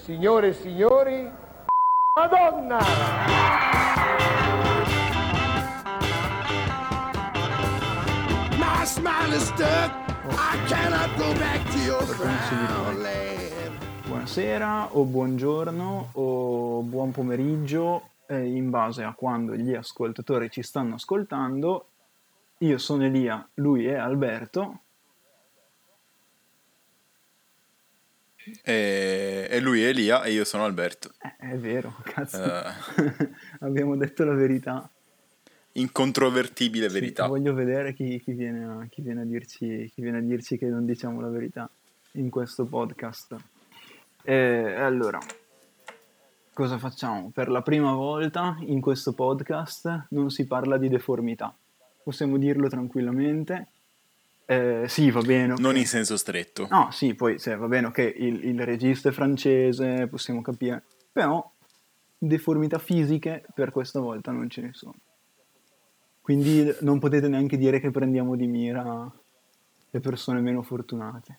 Signore e signori, Madonna! My smile is stuck. I cannot go back to your brown land. Buonasera o buongiorno o buon pomeriggio, in base a quando gli ascoltatori ci stanno ascoltando. Io sono Elia, lui è Alberto. E lui è Elia e io sono Alberto. È vero, cazzo. Abbiamo detto la verità. Incontrovertibile Sì, verità. voglio vedere chi viene a dirci che non diciamo la verità in questo podcast. Allora, cosa facciamo? Per la prima volta in questo podcast non si parla di deformità. Possiamo dirlo tranquillamente. Sì, va bene. Non Okay. in senso stretto. No, sì, poi va bene, ok, il regista è francese, possiamo capire, però deformità fisiche per questa volta non ce ne sono. Quindi non potete neanche dire che prendiamo di mira le persone meno fortunate.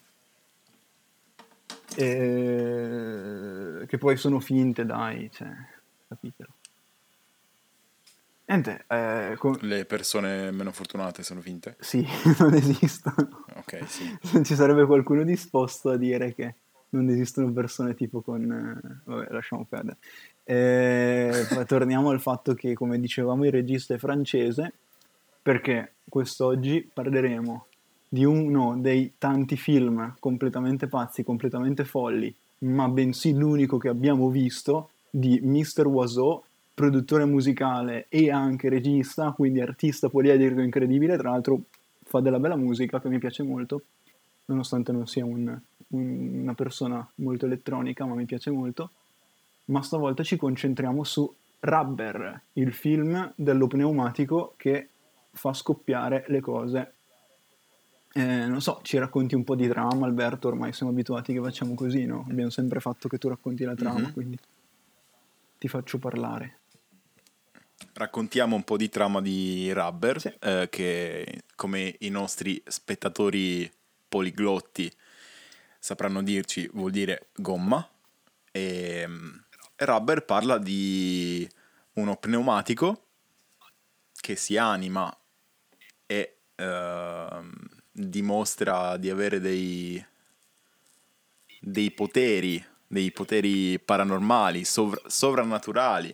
Che poi sono finte, dai, cioè, capitelo. Niente, Le persone meno fortunate sono finte? sì, non esistono. Ok, sì. Ci sarebbe qualcuno disposto a dire che non esistono persone tipo con... vabbè, lasciamo perdere. Poi torniamo al fatto che, come dicevamo, il regista è francese, perché quest'oggi parleremo di uno dei tanti film completamente pazzi, completamente folli, ma bensì l'unico che abbiamo visto, di Mr. Oiseau, produttore musicale e anche regista, quindi artista poliedrico incredibile, tra l'altro fa della bella musica che mi piace molto, nonostante non sia una persona molto elettronica, ma mi piace molto. Ma stavolta ci concentriamo su Rubber, il film dello pneumatico che fa scoppiare le cose. Non so, ci racconti un po' di trama, Alberto? Ormai siamo abituati che facciamo così, no? Abbiamo sempre fatto che tu racconti la trama, quindi ti faccio parlare. Raccontiamo un po' di trama di Rubber, Sì. che come i nostri spettatori poliglotti sapranno dirci vuol dire gomma. E Rubber parla di uno pneumatico che si anima e dimostra di avere dei poteri paranormali, sovrannaturali.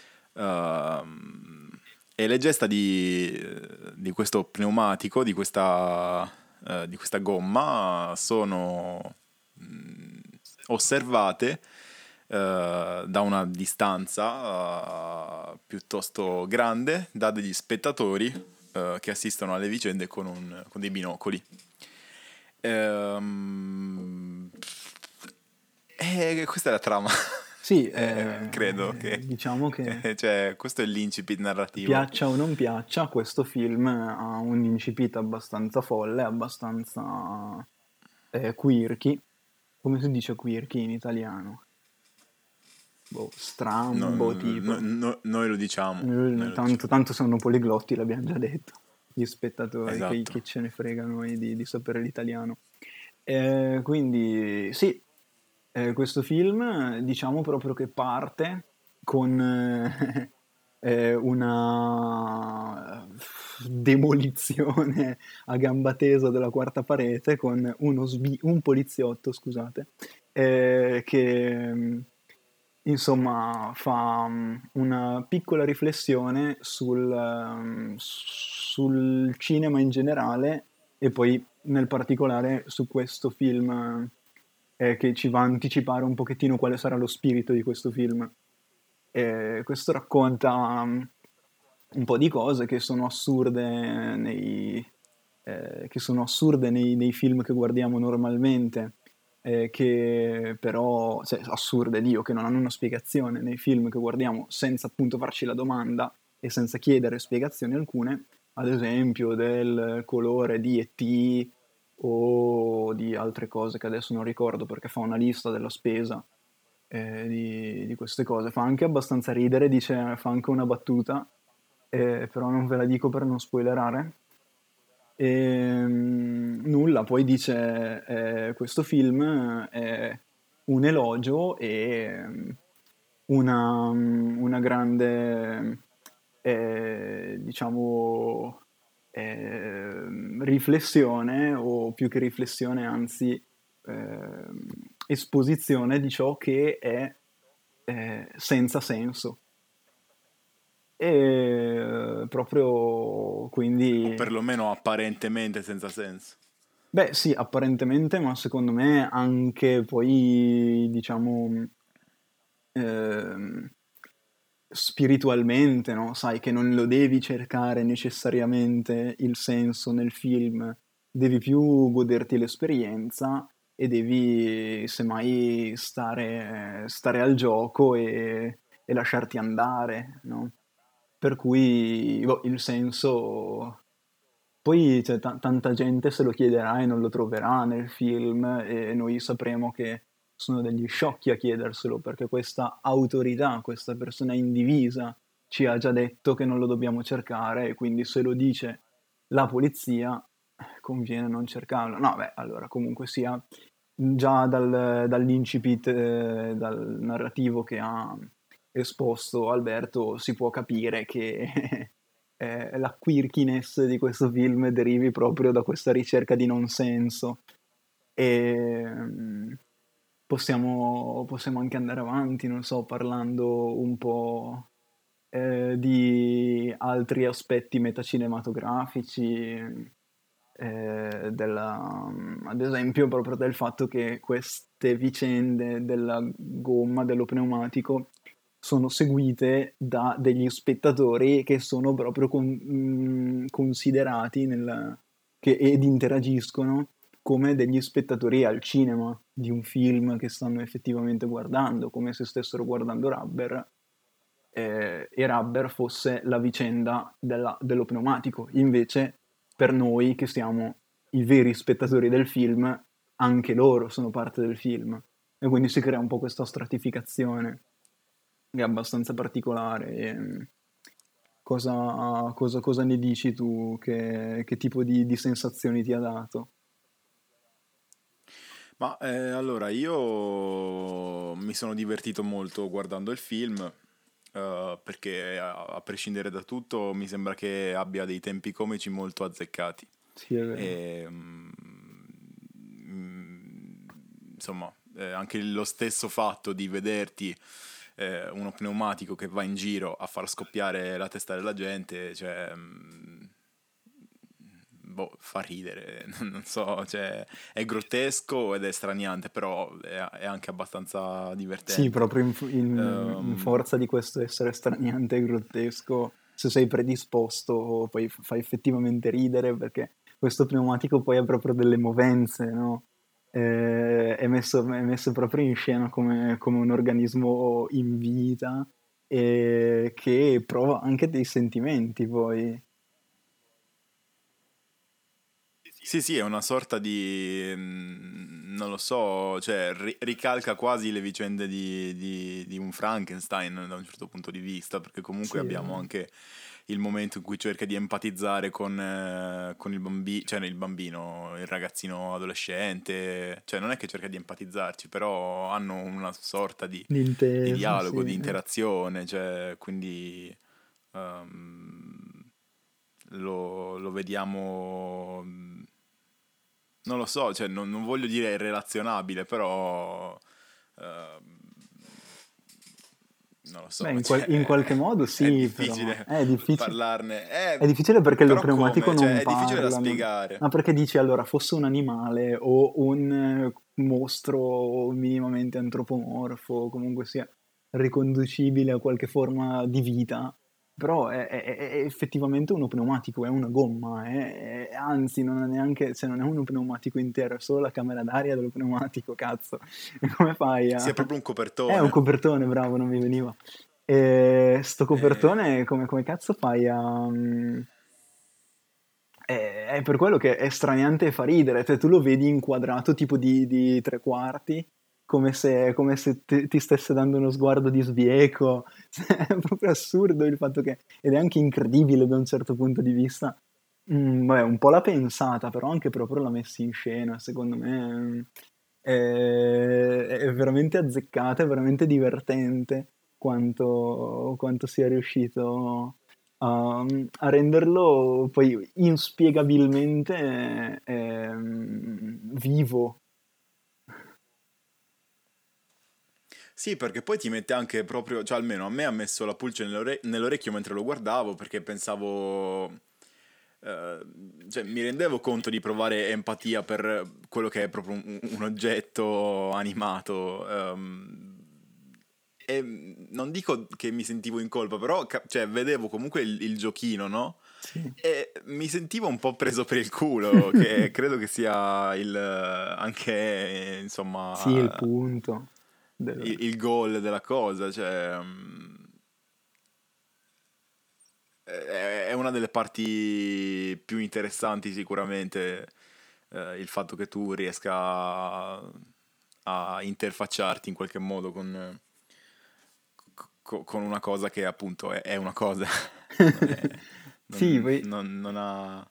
E le gesta di questo pneumatico, di questa gomma, sono osservate da una distanza piuttosto grande da degli spettatori che assistono alle vicende con dei binocoli. Questa è la trama. Sì, Credo che diciamo che cioè, questo è l'incipit narrativo. piaccia o non piaccia, questo film ha un incipit abbastanza folle, abbastanza quirky. Come si dice quirky in italiano? Boh, strambo, tipo. Noi lo diciamo. Tanto sono poliglotti, l'abbiamo già detto. Gli spettatori, Esatto. che ce ne frega noi di sapere l'italiano. Quindi, sì, questo film diciamo proprio che parte con una demolizione a gamba tesa della quarta parete con un poliziotto, scusate, che insomma fa una piccola riflessione sul cinema in generale e poi nel particolare su questo film che ci va a anticipare un pochettino quale sarà lo spirito di questo film. Questo racconta un po' di cose che sono assurde nei film che guardiamo normalmente, che però, cioè, assurde, Dio, che non hanno una spiegazione nei film che guardiamo senza appunto farci la domanda e senza chiedere spiegazioni alcune, ad esempio del colore di E.T. o di altre cose che adesso non ricordo perché fa una lista della spesa di queste cose. Fa anche abbastanza ridere, fa anche una battuta, però non ve la dico per non spoilerare. Nulla, poi dice questo film è un elogio e una grande, diciamo, riflessione, o più che riflessione, anzi, esposizione di ciò che è senza senso. E proprio O quindi, perlomeno apparentemente senza senso. beh, sì, apparentemente, ma secondo me anche poi, diciamo, ehm, spiritualmente, no? Sai che non lo devi cercare necessariamente il senso nel film, devi più goderti l'esperienza e devi semmai stare al gioco e lasciarti andare, no? Per cui boh, il senso. Poi cioè, tanta gente se lo chiederà e non lo troverà nel film, e noi sapremo che sono degli sciocchi a chiederselo, perché questa autorità, questa persona indivisa ci ha già detto che non lo dobbiamo cercare, e quindi se lo dice la polizia conviene non cercarlo. No, beh, allora comunque sia, già dall'incipit, dal narrativo che ha esposto Alberto, si può capire che la quirkiness di questo film derivi proprio da questa ricerca di non senso. E possiamo anche andare avanti, non so, parlando un po' di altri aspetti metacinematografici, ad esempio proprio del fatto che queste vicende della gomma, dello pneumatico, sono seguite da degli spettatori che sono proprio considerati ed interagiscono come degli spettatori al cinema di un film che stanno effettivamente guardando, come se stessero guardando Rubber, e Rubber fosse la vicenda dello pneumatico. Invece, per noi che siamo i veri spettatori del film, anche loro sono parte del film. E quindi si crea un po' questa stratificazione che è abbastanza particolare. Cosa ne dici tu? Che tipo di sensazioni ti ha dato? Ma allora io mi sono divertito molto guardando il film, perché a prescindere da tutto mi sembra che abbia dei tempi comici molto azzeccati. Sì, è vero. E, insomma, anche lo stesso fatto di vederti uno pneumatico che va in giro a far scoppiare la testa della gente, cioè, boh, fa ridere, non so, cioè, è grottesco ed è straniante, però è anche abbastanza Sì, divertente. proprio in Ehm, forza di questo essere straniante e grottesco, se sei predisposto, poi fa effettivamente ridere, perché questo pneumatico poi ha proprio delle movenze, no? È messo proprio in scena come un organismo in vita, e che prova anche dei sentimenti poi. Sì, sì, è una sorta di, non lo so, cioè ricalca quasi le vicende di un Frankenstein da un certo punto di vista, perché comunque Sì, abbiamo anche il momento in cui cerca di empatizzare con il bambino, cioè il bambino, il ragazzino adolescente, cioè non è che cerca di empatizzarci, però hanno una sorta di l'intesa, dialogo, sì. di interazione, cioè quindi ehm, lo vediamo, non lo so, cioè non voglio dire irrelazionabile, però ehm, non lo Beh, so, in qualche cioè, modo è sì, però difficile è difficile. parlarne. È difficile perché lo Però pneumatico come? Cioè, non è difficile da parla, spiegare. ma perché dici allora fosse un animale o un mostro minimamente antropomorfo, comunque sia riconducibile a qualche forma di vita, però è effettivamente uno pneumatico, è una gomma, anzi non è neanche, cioè non è uno pneumatico intero, è solo la camera d'aria dello pneumatico, cazzo. E come fai Sì, a. è proprio un È un copertone. copertone, bravo, non mi veniva. E sto Eh, copertone, come cazzo fai a. È per quello che è straniante e fa ridere, cioè tu lo vedi inquadrato tipo di tre quarti, come se ti stesse dando uno sguardo di sbieco. Cioè, è proprio assurdo il fatto che. Ed è anche incredibile da un certo punto di vista. Vabbè, un po' l'ha pensata, però anche proprio l'ha messa in scena, secondo me. è veramente azzeccata, è veramente divertente quanto sia riuscito a renderlo poi inspiegabilmente vivo. Sì, perché poi ti mette anche proprio, cioè almeno a me ha messo la pulce nell'orecchio mentre lo guardavo, perché pensavo, eh, cioè mi rendevo conto di provare empatia per quello che è proprio un oggetto animato. E non dico che mi sentivo in colpa, però cioè, vedevo comunque il giochino, no? Sì. E mi sentivo un po' preso per il culo, che credo che sia anche, Sì, il insomma, punto. il goal della cosa, cioè è una delle parti più interessanti sicuramente, il fatto che tu riesca a interfacciarti in qualche modo con una cosa che appunto è una cosa, non è, Sì, poi non ha,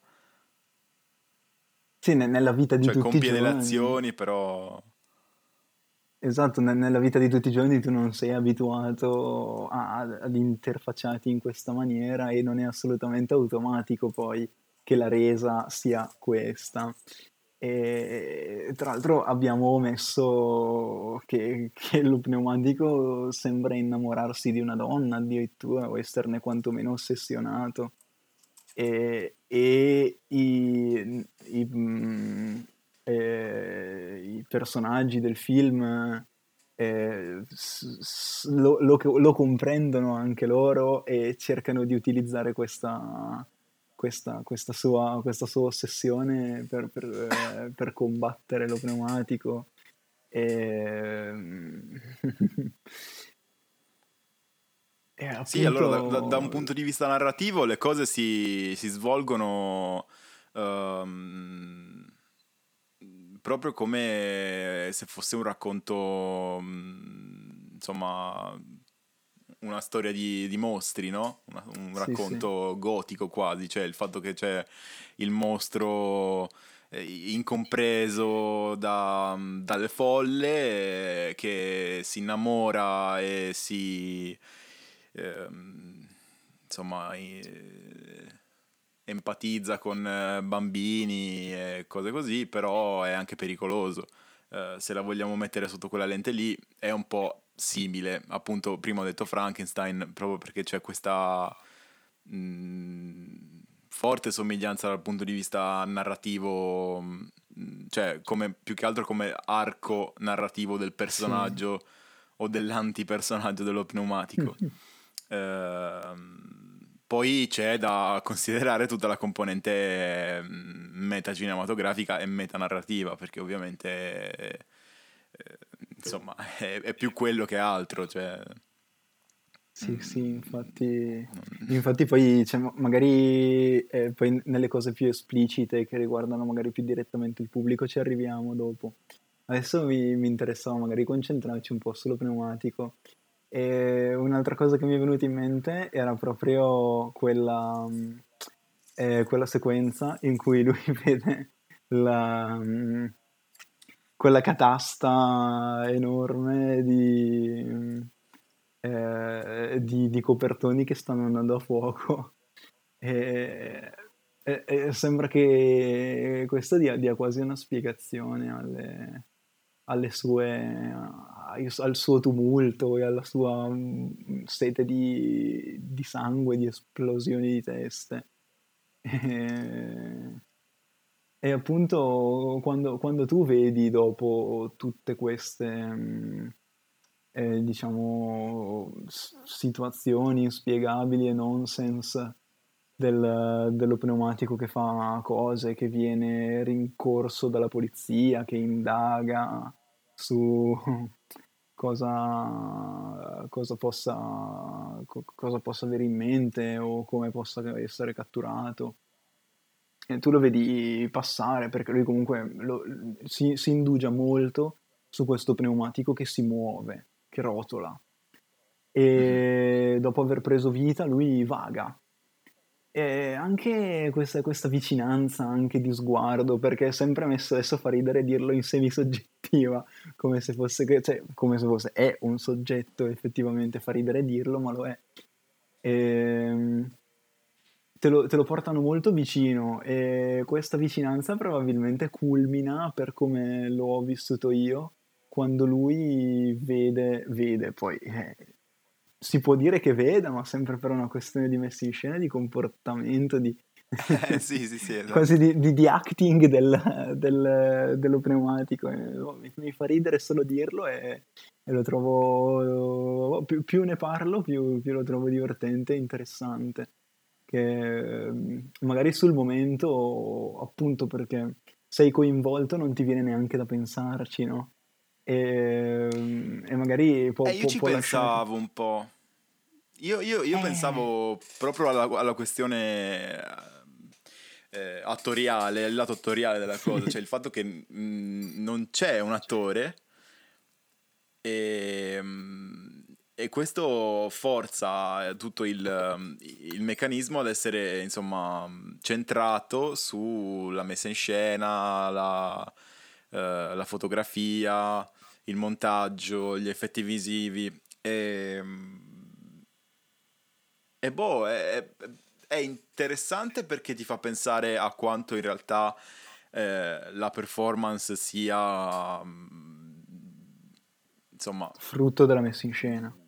sì, nella vita di cioè tutti i compie delle giorni. azioni, però Esatto, nella vita di tutti i giorni tu non sei abituato ad interfacciarti in questa maniera e non è assolutamente automatico poi che la resa sia questa. E tra l'altro abbiamo messo che lo pneumatico sembra innamorarsi di una donna addirittura o esserne quantomeno ossessionato e i personaggi del film lo comprendono anche loro e cercano di utilizzare questa sua ossessione per combattere lo pneumatico. E, e sì, allora da un appunto punto di vista narrativo le cose si svolgono ehm, proprio come se fosse un racconto, insomma, una storia di mostri, no? Un sì, sì, racconto gotico quasi, cioè il fatto che c'è il mostro incompreso dalle folle che si innamora e ehm, insomma, empatizza con bambini e cose così, però è anche pericoloso. Se la vogliamo mettere sotto quella lente lì, è un po' simile. Appunto, prima ho detto Frankenstein, proprio perché c'è questa forte somiglianza dal punto di vista narrativo, cioè come, più che altro come arco narrativo del sì. personaggio o dell'antipersonaggio dello pneumatico. Poi c'è da considerare tutta la componente metacinematografica e metanarrativa, perché ovviamente insomma è più quello che altro, cioè Sì, sì, mm, infatti poi cioè, magari poi nelle cose più esplicite che riguardano magari più direttamente il pubblico ci arriviamo dopo. Adesso mi interessava magari concentrarci un po' sullo pneumatico. E un'altra cosa che mi è venuta in mente era proprio quella sequenza in cui lui vede quella catasta enorme di copertoni che stanno andando a fuoco. E, e sembra che questo dia quasi una spiegazione al suo tumulto e alla sua sete di sangue, di esplosioni di teste. E, e appunto quando tu vedi dopo tutte queste, diciamo, situazioni inspiegabili e nonsense dello pneumatico che fa cose, che viene rincorso dalla polizia, che indaga su cosa possa avere in mente o come possa essere catturato. E tu lo vedi passare perché lui comunque si indugia molto su questo pneumatico che si muove, che rotola. mhm. E dopo aver preso vita lui vaga E anche questa vicinanza anche di sguardo, perché è sempre messo, adesso fa ridere dirlo in semisoggettiva, come se fosse, cioè, come se fosse, è un soggetto effettivamente, fa ridere dirlo, ma lo è. Ehm, te lo portano molto vicino e questa vicinanza probabilmente culmina, per come l'ho vissuto io, quando lui vede poi, si può dire che veda, ma sempre per una questione di messa in scena, di comportamento, Sì, sì, sì, quasi esatto. di acting dello pneumatico. Mi fa ridere solo dirlo e lo trovo, più ne parlo, più lo trovo divertente e interessante. Che magari sul momento, appunto perché sei coinvolto, non ti viene neanche da pensarci, no? E magari Io ci può lasciare. pensavo un po'. Io Eh, pensavo proprio alla questione attoriale, il lato attoriale della cosa, cioè il fatto che non c'è un attore e questo forza tutto il meccanismo ad essere, insomma, centrato sulla messa in scena, la fotografia, il montaggio, gli effetti visivi. E boh, è interessante perché ti fa pensare a quanto in realtà la performance sia, insomma, frutto della messa in scena.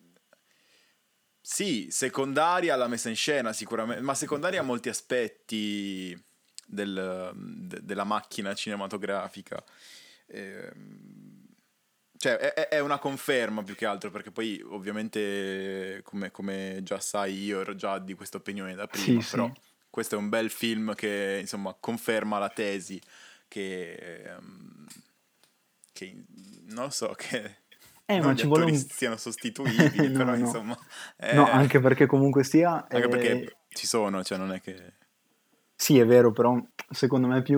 sì, secondaria alla messa in scena sicuramente, ma secondaria a molti aspetti della macchina cinematografica. Ehm, Cioè, è una conferma più che altro, perché poi ovviamente, come già sai, io ero già di questa opinione da Sì, prima, però sì. questo è un bel film che, insomma, conferma la tesi che, non lo so, che Ma non gli ci vuole attori un. siano sostituibili, però No, no. insomma, No, eh, anche perché comunque sia, anche perché ci sono, cioè non è che. sì, è vero, però secondo me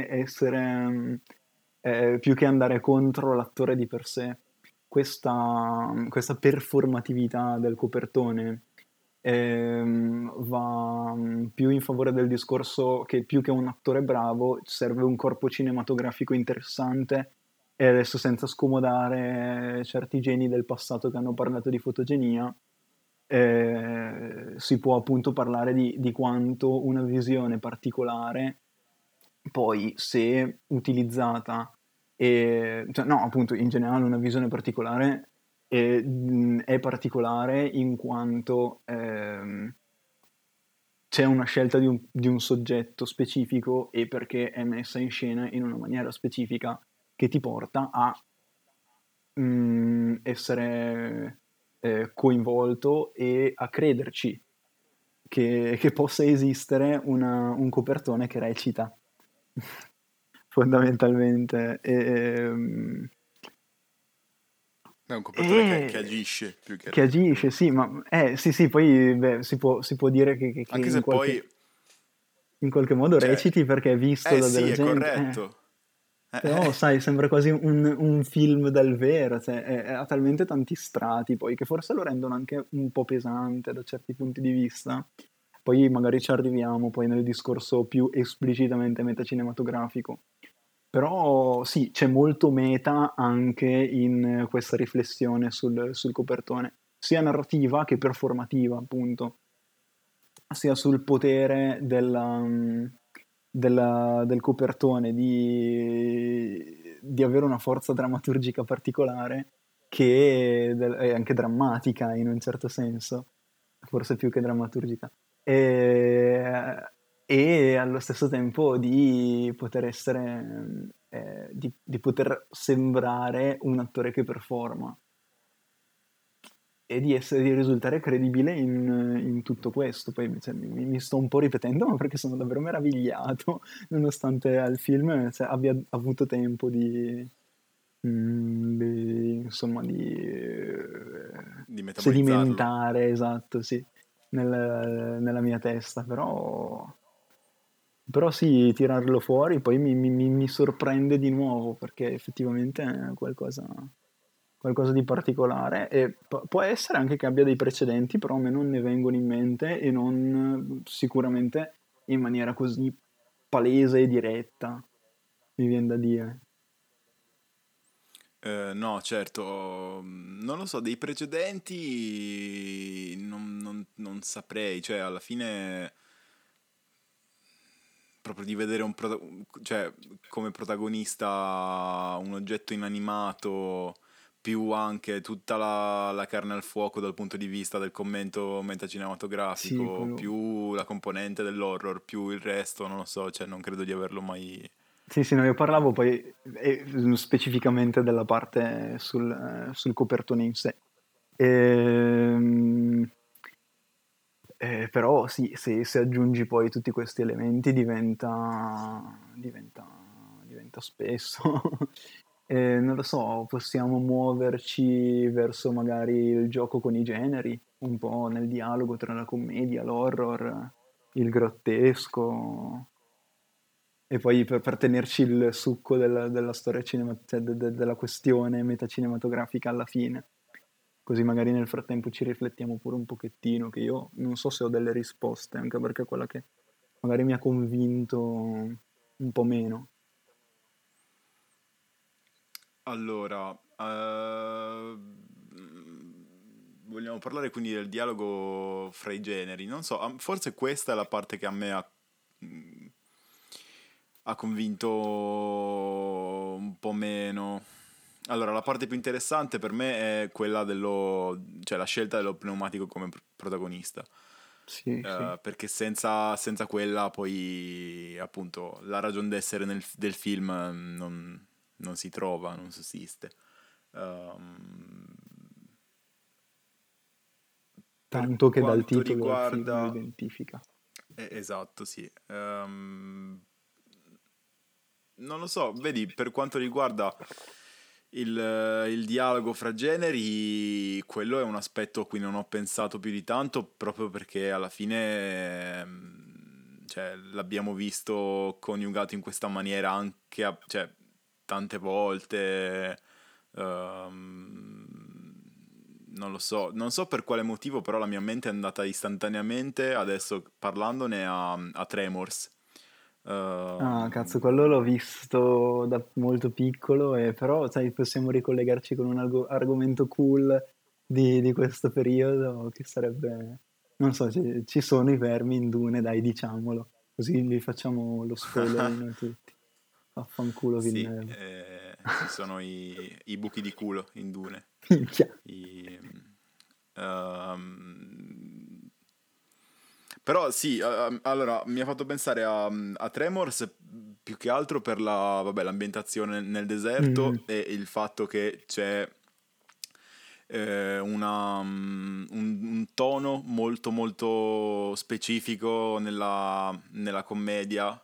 più che andare contro l'attore di per sé, questa performatività del copertone va più in favore del discorso che più che un attore bravo serve un corpo cinematografico interessante, e adesso senza scomodare certi geni del passato che hanno parlato di fotogenia, si può appunto parlare di quanto una visione particolare, poi se utilizzata, cioè no, appunto in generale una visione particolare è particolare in quanto c'è una scelta di un soggetto specifico e perché è messa in scena in una maniera specifica che ti porta a essere coinvolto e a crederci che possa esistere un copertone che recita, fondamentalmente. È un copertone che E agisce più che che agisce, sì, ma sì, sì, poi beh, si può dire che anche in se poi, qualche modo cioè, reciti perché è visto da sì, della è gente. corretto. Però, sai, sembra quasi un film dal vero, cioè, ha talmente tanti strati poi che forse lo rendono anche un po' pesante da certi punti di vista. Poi magari ci arriviamo poi nel discorso più esplicitamente metacinematografico. Però sì, c'è molto meta anche in questa riflessione sul copertone, sia narrativa che performativa, appunto, sia sul potere del copertone di avere una forza drammaturgica particolare che è anche drammatica in un certo senso, forse più che drammaturgica, e, e allo stesso tempo di poter essere, di poter sembrare un attore che performa e di risultare credibile in tutto questo. Poi cioè, mi sto un po' ripetendo, ma perché sono davvero meravigliato, nonostante al film abbia avuto tempo insomma, di Di metabolizzarlo. sedimentare, esatto, sì, nella mia testa. Però sì, tirarlo fuori poi mi sorprende di nuovo, perché effettivamente è qualcosa qualcosa di particolare e può essere anche che abbia dei precedenti, però a me non ne vengono in mente e non sicuramente in maniera così palese e diretta, mi viene da dire. No, certo, non lo so, dei precedenti non saprei, cioè alla fine proprio di vedere cioè come protagonista un oggetto inanimato, più anche tutta la carne al fuoco dal punto di vista del commento Sì, metacinematografico, quello... più la componente dell'horror, più il resto, non lo so, cioè non credo di averlo mai... Sì, sì, no, io parlavo poi specificamente della parte sul copertone in sé. Ehm, però sì, se aggiungi poi tutti questi elementi diventa spesso. Non lo so, possiamo muoverci verso magari il gioco con i generi, un po' nel dialogo tra la commedia, l'horror, il grottesco. E poi per tenerci il succo della storia cioè della questione metacinematografica alla fine. Così magari nel frattempo ci riflettiamo pure un pochettino, che io non so se ho delle risposte, anche perché è quella che magari mi ha convinto un po' meno. Allora, vogliamo parlare quindi del dialogo fra i generi. Non so, forse questa è la parte che a me mm, ha convinto un po' meno. Allora, la parte più interessante per me è quella cioè la scelta dello pneumatico come protagonista. Sì, sì. Perché senza quella poi appunto la ragion d'essere del film non si trova, non sussiste. Ehm, per Tanto che dal quanto titolo del film lo riguarda... identifica. Esatto, sì. Non lo so, vedi, per quanto riguarda il dialogo fra generi, quello è un aspetto a cui non ho pensato più di tanto, proprio perché alla fine, cioè, l'abbiamo visto coniugato in questa maniera anche cioè, tante volte. Non lo so, non so per quale motivo, però la mia mente è andata istantaneamente, adesso parlandone, a Tremors. Ah, cazzo, Ehm, quello l'ho visto da molto piccolo, e però, sai, possiamo ricollegarci con un argomento cool di questo periodo, che sarebbe, non so, ci sono i vermi in Dune, dai, diciamolo, così vi facciamo lo spoilerino a tutti. Vaffanculo sì, Villeneuve. ci sono i buchi di culo in Dune. Minchia. I, ehm, Però sì, allora mi ha fatto pensare a Tremors più che altro per vabbè, l'ambientazione nel Mm, deserto e il fatto che c'è un tono molto molto specifico nella commedia,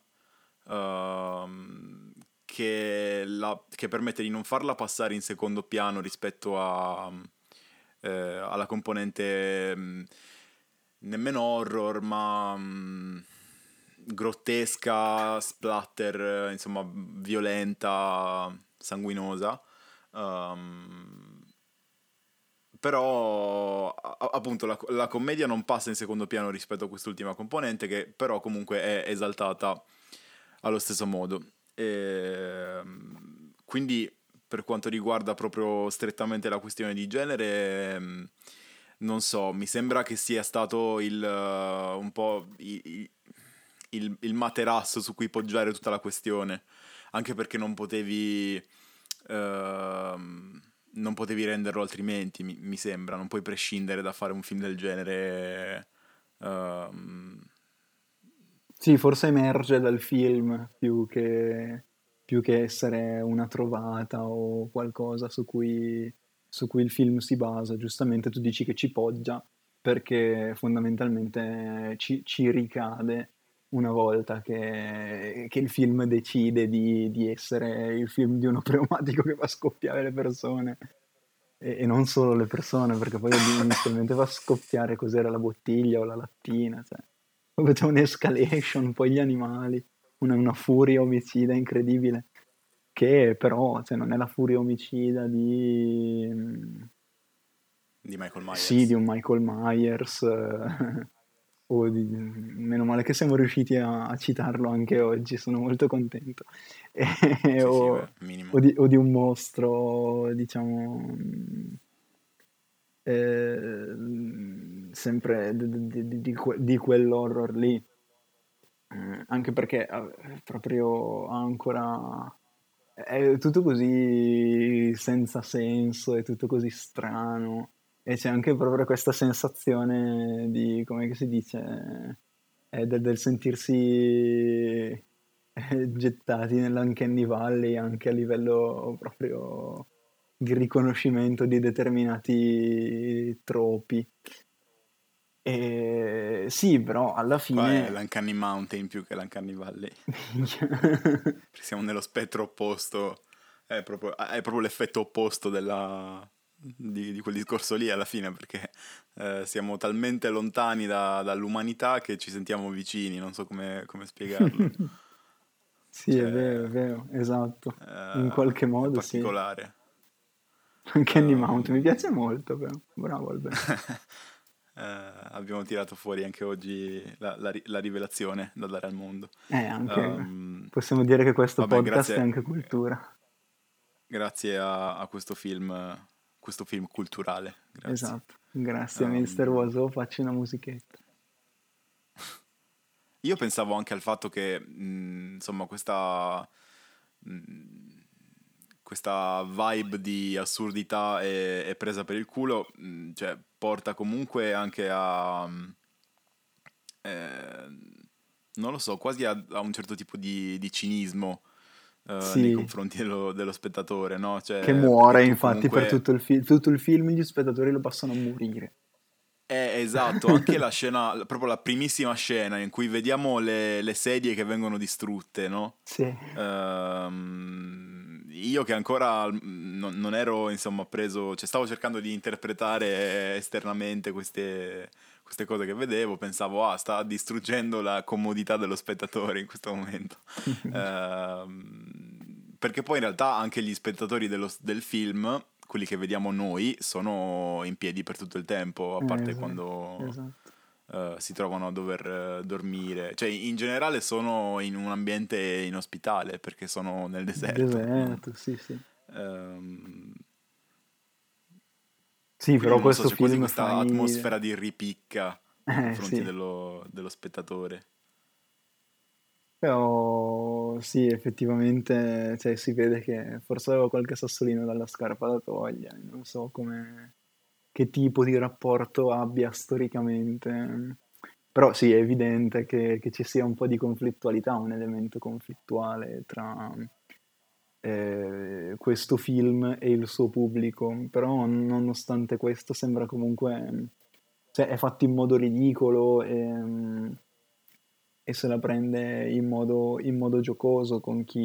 che permette di non farla passare in secondo piano rispetto alla componente nemmeno horror, ma grottesca, splatter, insomma, violenta, sanguinosa. Ehm, Però appunto la commedia non passa in secondo piano rispetto a quest'ultima componente, che però comunque è esaltata allo stesso modo. Quindi per quanto riguarda proprio strettamente la questione di genere, non so, mi sembra che sia stato un po' il materasso su cui poggiare tutta la questione, anche perché non potevi renderlo altrimenti, mi sembra, non puoi prescindere da fare un film del genere. ehm, sì, forse emerge dal film più che essere una trovata o qualcosa su cui il film si basa. Giustamente tu dici che ci poggia perché fondamentalmente ci ricade una volta che il film decide di essere il film di uno pneumatico che fa scoppiare le persone. E non solo le persone, perché poi inizialmente fa scoppiare cos'era la bottiglia o la lattina, cioè. Poi c'è un'escalation, poi gli animali, una furia omicida incredibile, che però cioè, non è la furia omicida di... Di Michael Sì, di Myers. un Michael Myers, meno male che siamo riusciti a citarlo anche oggi, sono molto contento. Sì, sì, beh, O, minimo. o di un mostro, diciamo, sempre di quell'horror lì. Anche perché proprio ha ancora... È tutto così senza senso, è tutto così strano. E c'è anche proprio questa sensazione di, come che si dice, del sentirsi gettati nell'Uncanny Valley anche a livello proprio di riconoscimento di determinati tropi. E sì, però alla Qua è fine... l'Uncanny Mountain più che l'Uncanny Valley. Minchia. Perché siamo nello spettro opposto. È proprio l'effetto opposto di quel discorso lì alla fine, perché siamo talmente lontani dall'umanità che ci sentiamo vicini, non so come spiegarlo. Sì, Cioè, è vero, esatto. In qualche è modo sì. particolare. Anche Andy Mount mi piace Ehm, molto, però. Bravo Alberto. abbiamo tirato fuori anche oggi la rivelazione da dare al mondo. Anche Ehm, possiamo dire che questo vabbè, podcast è grazie, anche cultura. grazie a questo film culturale, grazie. Esatto. Grazie a Mr. Ehm, Waso, facci una musichetta. io pensavo anche al fatto che, insomma, questa vibe di assurdità e presa per il culo, cioè, porta comunque anche eh, non lo so, quasi a un certo tipo di cinismo nei Sì, confronti dello spettatore, no? che Cioè, muore perché tu infatti per comunque... tutto il film gli spettatori lo passano a morire. Esatto, anche la scena, proprio la primissima scena in cui vediamo le sedie che vengono distrutte, no? Sì. Io che ancora non ero, insomma, preso, cioè stavo cercando di interpretare esternamente queste cose che vedevo, pensavo, sta distruggendo la comodità dello spettatore in questo momento. Perché poi in realtà anche gli spettatori del film, quelli che vediamo noi, sono in piedi per tutto il tempo, a parte Esatto, quando esatto. si trovano a dover dormire. Cioè, in generale sono in un ambiente inospitale, perché sono nel deserto. Deserto, sì, sì. Ehm, Sì, quindi però non lo so, questo c'è quasi film questa fai... atmosfera di ripicca nei confronti Sì. dello spettatore. Però sì, effettivamente cioè, si vede che forse avevo qualche sassolino dalla scarpa da togliere, non so come, che tipo di rapporto abbia storicamente. Però sì, è evidente che ci sia un po' di conflittualità, un elemento conflittuale tra questo film e il suo pubblico, però nonostante questo sembra comunque, cioè è fatto in modo ridicolo e se la prende in modo giocoso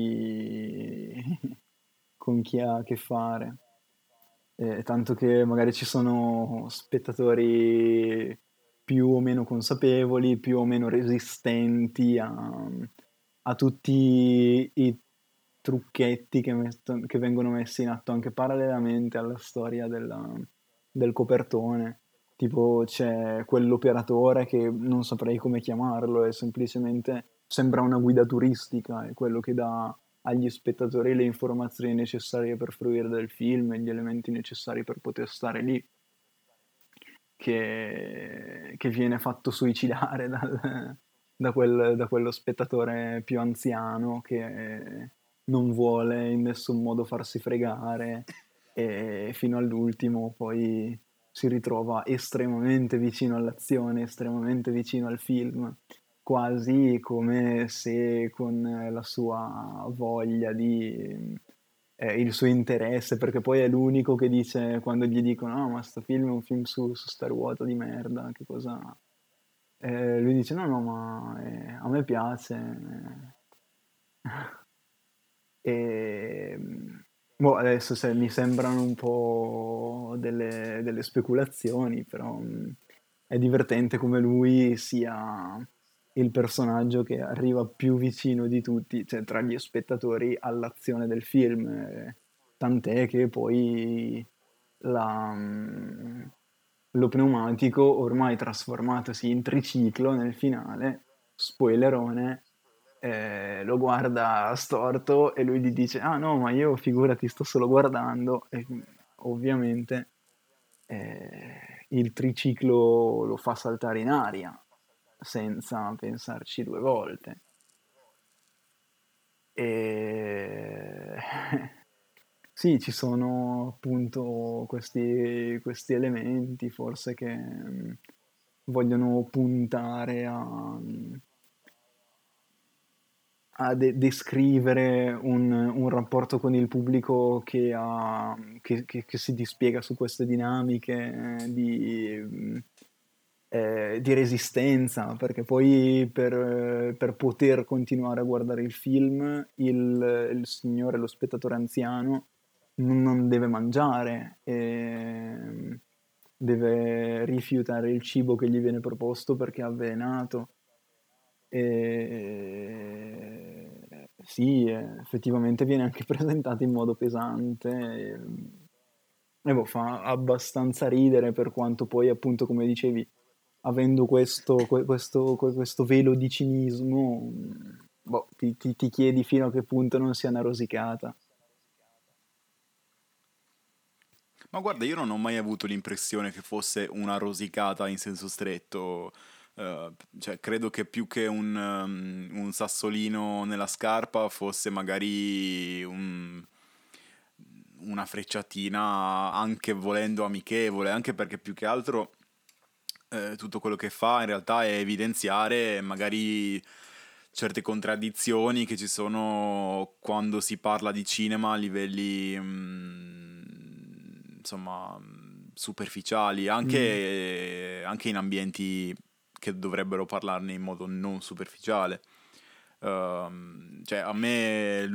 con chi ha a che fare. Tanto che magari ci sono spettatori più o meno consapevoli, più o meno resistenti a tutti i trucchetti che vengono messi in atto anche parallelamente alla storia del copertone. Tipo c'è quell'operatore che non saprei come chiamarlo, è semplicemente sembra una guida turistica, è quello che dà agli spettatori le informazioni necessarie per fruire del film e gli elementi necessari per poter stare lì, che viene fatto suicidare da quello spettatore più anziano che non vuole in nessun modo farsi fregare e fino all'ultimo poi si ritrova estremamente vicino all'azione, estremamente vicino al film, quasi come se con la sua voglia di il suo interesse, perché poi è l'unico che dice quando gli dicono: no, ma sto film è un film su sta ruota di merda, che cosa... lui dice: no, no, ma a me piace. E, boh, adesso mi sembrano un po' delle speculazioni, però è divertente come lui sia il personaggio che arriva più vicino di tutti, cioè tra gli spettatori, all'azione del film. Tant'è che poi la, lo pneumatico, ormai trasformatosi in triciclo nel finale, spoilerone, lo guarda storto e lui gli dice: ah no, ma io figurati, sto solo guardando. E ovviamente il triciclo lo fa saltare in aria senza pensarci due volte. E sì, ci sono appunto questi elementi forse che vogliono puntare a descrivere un rapporto con il pubblico che si dispiega su queste dinamiche di resistenza, perché poi per poter continuare a guardare il film il signore, lo spettatore anziano, non deve mangiare, deve rifiutare il cibo che gli viene proposto perché è avvelenato. Sì, effettivamente viene anche presentato in modo pesante e boh, fa abbastanza ridere, per quanto poi appunto, come dicevi, avendo questo velo di cinismo, boh, ti chiedi fino a che punto non sia una rosicata. Ma guarda, io non ho mai avuto l'impressione che fosse una rosicata in senso stretto. Cioè, credo che più che un sassolino nella scarpa fosse magari una frecciatina, anche volendo amichevole, anche perché più che altro tutto quello che fa in realtà è evidenziare magari certe contraddizioni che ci sono quando si parla di cinema a livelli insomma superficiali, Mm. anche in ambienti che dovrebbero parlarne in modo non superficiale. Cioè, a me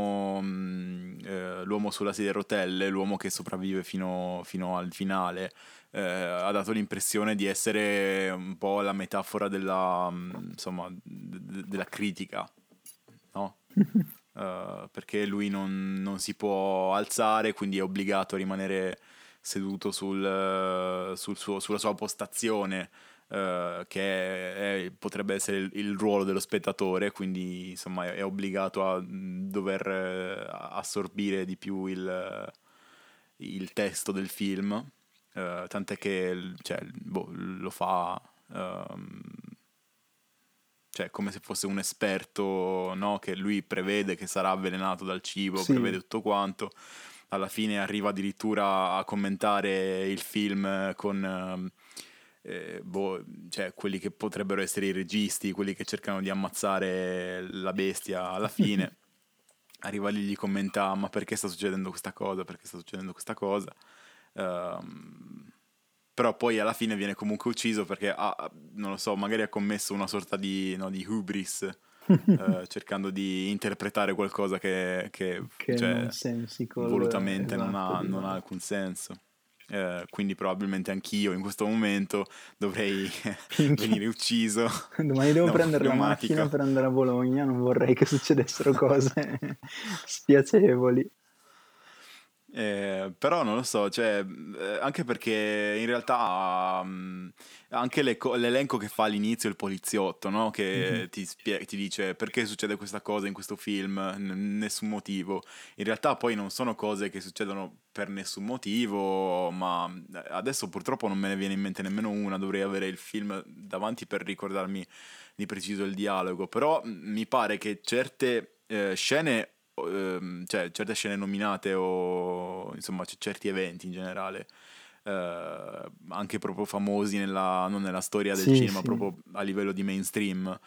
l'uomo sulla sedia a rotelle, l'uomo che sopravvive fino al finale, ha dato l'impressione di essere un po' la metafora insomma, della critica, no? Perché lui non si può alzare, quindi è obbligato a rimanere seduto sulla sua postazione, che potrebbe essere il ruolo dello spettatore, quindi insomma è obbligato a dover assorbire di più il testo del film, tant'è che cioè, boh, lo fa cioè come se fosse un esperto, no? Che lui prevede che sarà avvelenato dal cibo, Sì, prevede tutto quanto. Alla fine arriva addirittura a commentare il film con boh, cioè, quelli che potrebbero essere i registi, quelli che cercano di ammazzare la bestia alla fine. Arriva lì e gli commenta: ma perché sta succedendo questa cosa? Perché sta succedendo questa cosa? Però poi alla fine viene comunque ucciso perché non lo so, magari ha commesso una sorta di hubris, cercando di interpretare qualcosa che che è cioè, nonsensical, volutamente non esatto, ha, di non ha base. alcun senso. Quindi probabilmente anch'io in questo momento dovrei Minchia. venire ucciso Domani devo da un prendere la macchina pneumatico. per andare a Bologna, non vorrei che succedessero cose spiacevoli. Però non lo so, cioè, anche perché in realtà anche l'elenco che fa all'inizio il poliziotto, no? Mhm. Che ti dice perché succede questa cosa in questo film, nessun motivo. In realtà poi non sono cose che succedono per nessun motivo, ma adesso purtroppo non me ne viene in mente nemmeno una, dovrei avere il film davanti per ricordarmi di preciso il dialogo, però mi pare che certe scene cioè certe scene nominate o insomma certi eventi in generale, anche proprio famosi non nella storia del Sì, cinema, sì, proprio a livello di mainstream.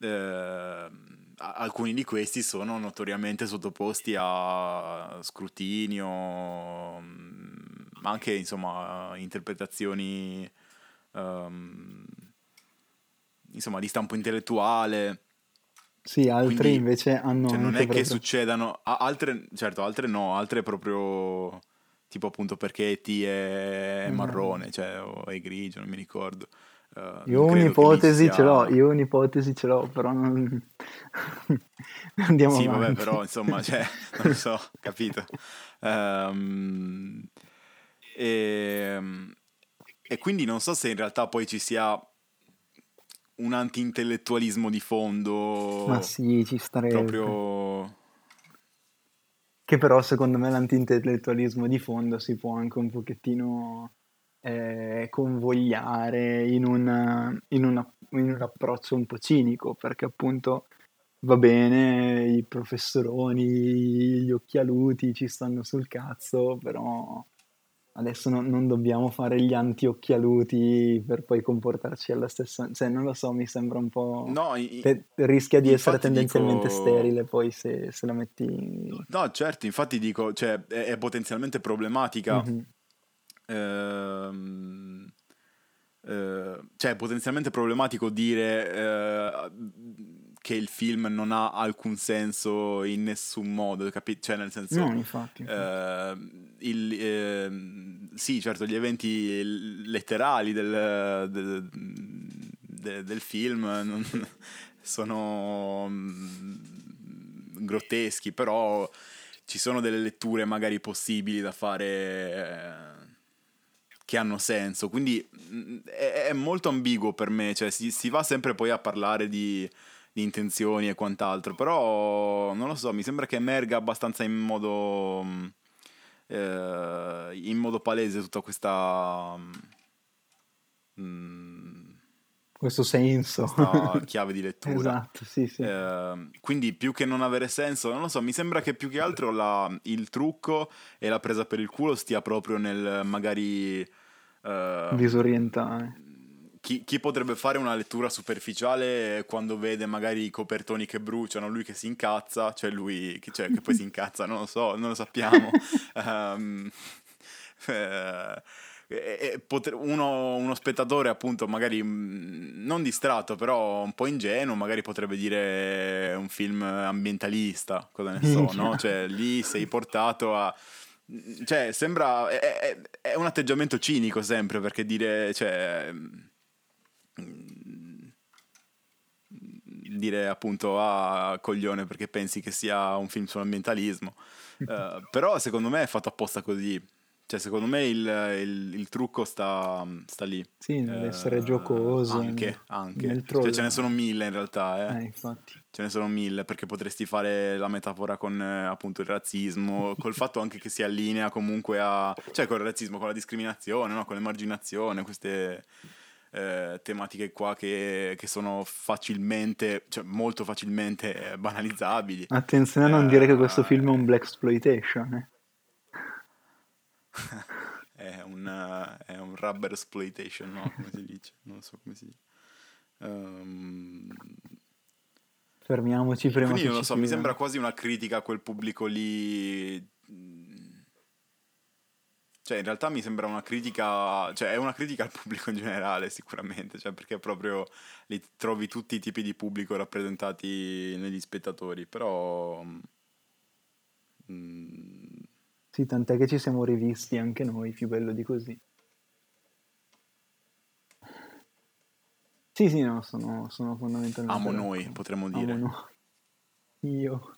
Alcuni di questi sono notoriamente sottoposti a scrutinio, ma anche insomma interpretazioni ehm, insomma di stampo intellettuale. sì, altri Quindi, invece hanno cioè, non anche è che proprio... succedano altre, certo, altre no, altre proprio tipo appunto perché E.T. è marrone, cioè, o è grigio, non mi ricordo. Io Non credo che lì ci un'ipotesi ce l'ho, sia... io un'ipotesi ce l'ho, però non andiamo Sì, vabbè, avanti. però insomma, cioè, non lo so, capito? Ehm, e, e quindi non so se in realtà poi ci sia un anti-intellettualismo di Ma fondo sì, ci starebbe. proprio... Che però secondo me l'anti-intellettualismo di fondo si può anche un pochettino convogliare in un approccio un po' cinico, perché appunto va bene, i professoroni, gli occhialuti ci stanno sul cazzo, però adesso non dobbiamo fare gli anti-occhialuti per poi comportarci alla stessa... Cioè, non lo so, mi sembra un po'... No, rischia di essere infatti tendenzialmente dico... sterile poi se la metti... No, certo, infatti dico, cioè, è potenzialmente problematica. Mhm. Ehm, cioè, è potenzialmente problematico dire che il film non ha alcun senso in nessun modo, cioè, nel No, senso, infatti. eh, sì, certo, gli eventi letterali del film sono grotteschi, però ci sono delle letture magari possibili da fare che hanno senso, quindi è molto ambiguo per me, cioè si va sempre poi a parlare di intenzioni e quant'altro, però non lo so, mi sembra che emerga abbastanza in modo palese tutta questa Questo senso. questa chiave di lettura. Esatto, sì, sì. Quindi più che non avere senso, non lo so, mi sembra che più che altro il trucco e la presa per il culo stia proprio nel magari Disorientare. chi potrebbe fare una lettura superficiale quando vede magari i copertoni che bruciano, lui che si incazza, cioè lui cioè, che poi si incazza, non lo so, non lo sappiamo. Ehm, uno spettatore appunto magari non distratto però un po' ingenuo magari potrebbe dire un film ambientalista, cosa ne so, no? Minchia. Cioè lì sei portato a... Cioè sembra... è un atteggiamento cinico sempre perché dire... Cioè, dire appunto coglione perché pensi che sia un film sull'ambientalismo. Però secondo me è fatto apposta così, cioè secondo me il trucco sta lì. Sì, nell'essere giocoso, Anche, nel cioè ce ne trollare. sono mille in realtà, Infatti. ce ne sono mille perché potresti fare la metafora con appunto il razzismo, col fatto anche che si allinea comunque cioè con il razzismo, con la discriminazione, no? Con l'emarginazione, queste tematiche qua che sono facilmente, cioè molto facilmente banalizzabili. Attenzione a non dire che questo film è un blaxploitation, eh. È un rubber exploitation, no? Come si dice? Non so come si dice. Fermiamoci prima Quindi che non lo ci so, mi sia... sembra quasi una critica a quel pubblico lì. Cioè, in realtà mi sembra una critica, cioè è una critica al pubblico in generale, sicuramente, cioè perché proprio li trovi tutti i tipi di pubblico rappresentati negli spettatori, però Sì, tant'è che ci siamo rivisti anche noi, più bello di così. Sì, sì, no, sono fondamentalmente amo noi, d'accordo. potremmo Amo dire, noi. Io.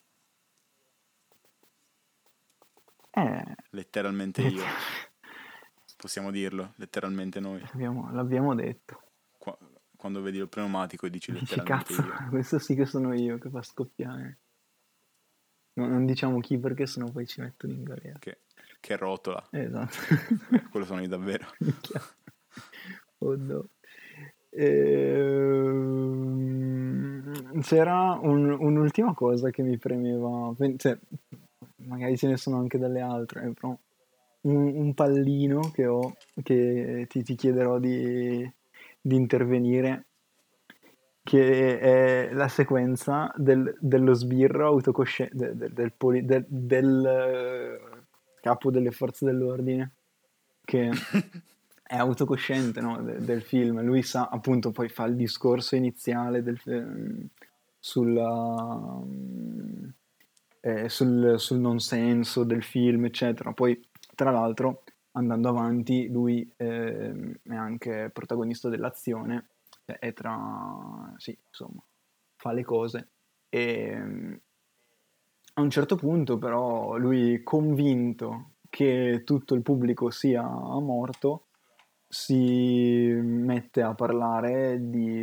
Eh, letteralmente io, possiamo dirlo, letteralmente noi. l'abbiamo detto. Qua- Quando vedi il pneumatico e dici Dici, letteralmente cazzo, io. questo sì che sono io che fa scoppiare. No, non diciamo chi perché sennò poi ci mettono in galera. Che rotola, Esatto. quello sono io davvero. Minchia. Oh no. C'era un'ultima cosa che mi premeva, cioè, magari ce ne sono anche delle altre, però un pallino che ho, che ti chiederò di intervenire, che è la sequenza dello sbirro autocosciente, del capo delle forze dell'ordine, che è autocosciente, no, del film. Lui sa, appunto, poi fa il discorso iniziale sulla, sul non senso del film, eccetera. Poi Tra l'altro, andando avanti, lui è anche protagonista dell'azione, è tra... sì, insomma, fa le cose. E a un certo punto, però, lui convinto che tutto il pubblico sia morto, si mette a parlare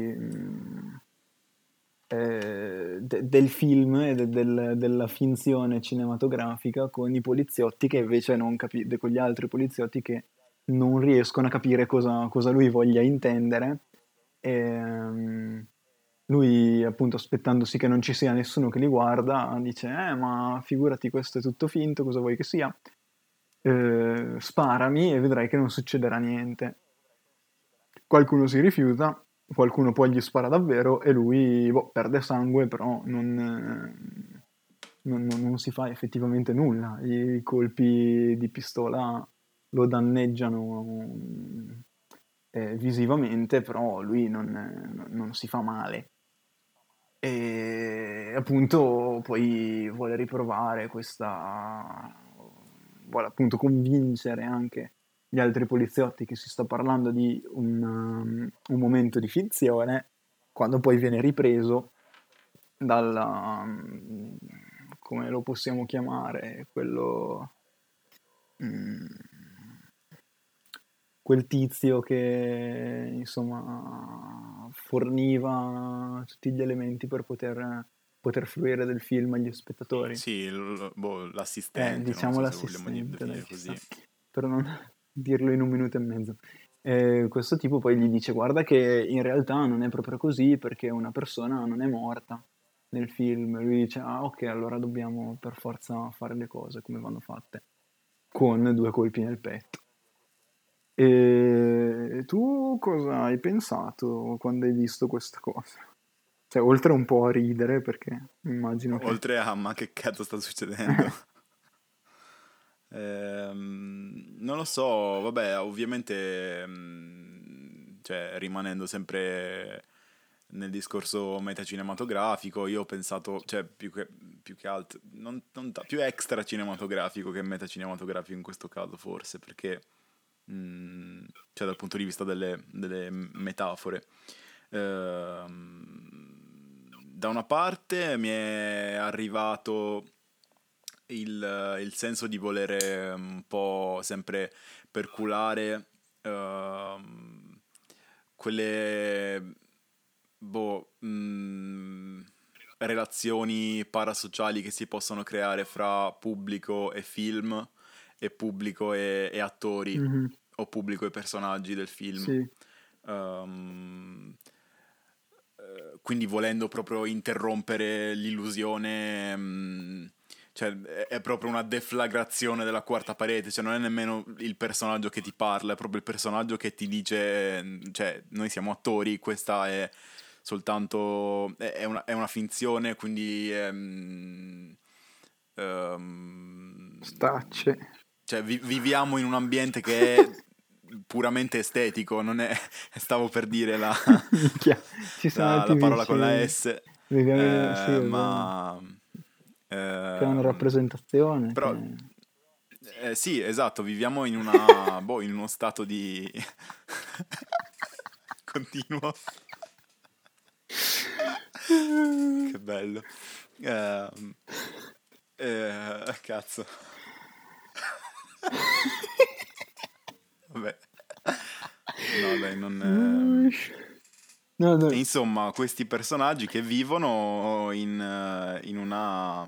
del film e della finzione cinematografica con i poliziotti che invece non con gli altri poliziotti che non riescono a capire cosa lui voglia intendere. Lui, appunto, aspettandosi che non ci sia nessuno che li guarda, dice: ma figurati, questo è tutto finto, cosa vuoi che sia? Sparami e vedrai che non succederà niente. Qualcuno si rifiuta, qualcuno poi gli spara davvero e lui perde sangue, però non si fa effettivamente nulla. I colpi di pistola lo danneggiano visivamente, però lui non si fa male. E appunto poi vuole riprovare vuole appunto convincere anche gli altri poliziotti che si sta parlando di un momento di finzione, quando poi viene ripreso come lo possiamo chiamare, mm, quel tizio che insomma forniva tutti gli elementi per poter fruire del film agli spettatori. Sì, l'assistente, Diciamo non so se vogliamo l'assistente, definire dai, ci così. sta. Per non dirlo in un minuto e mezzo. Questo tipo poi gli dice: guarda che in realtà non è proprio così, perché una persona non è morta nel film. Lui dice: ah, ok, allora dobbiamo per forza fare le cose come vanno fatte, con 2 colpi nel petto. E tu cosa hai pensato quando hai visto questa cosa? Cioè, oltre un po' a ridere, perché immagino che... Oltre a ma che cazzo sta succedendo? Non lo so, vabbè, ovviamente, cioè, rimanendo sempre nel discorso metacinematografico, io ho pensato, cioè, più che altro, più extra cinematografico che metacinematografico in questo caso, forse, perché, cioè, dal punto di vista delle metafore. Da una parte mi è arrivato il senso di volere un po' sempre perculare quelle relazioni parasociali che si possono creare fra pubblico e film e pubblico e attori Mhm, o pubblico e personaggi del film. sì. Ehm, quindi volendo proprio interrompere l'illusione, cioè è proprio una deflagrazione della quarta parete, cioè non è nemmeno il personaggio che ti parla, è proprio il personaggio che ti dice, cioè noi siamo attori, questa è soltanto, è una finzione, quindi Stacce. cioè viviamo in un ambiente che è puramente estetico, non è, stavo per dire Minchia, ci siamo la andati parola con la vicini. S, Sì, è vero. ma Che è una rappresentazione. però sì, esatto, viviamo in una in uno stato di continuo. Che bello. Cazzo. Vabbè. No, dai, non... No, no. E insomma, questi personaggi che vivono in una...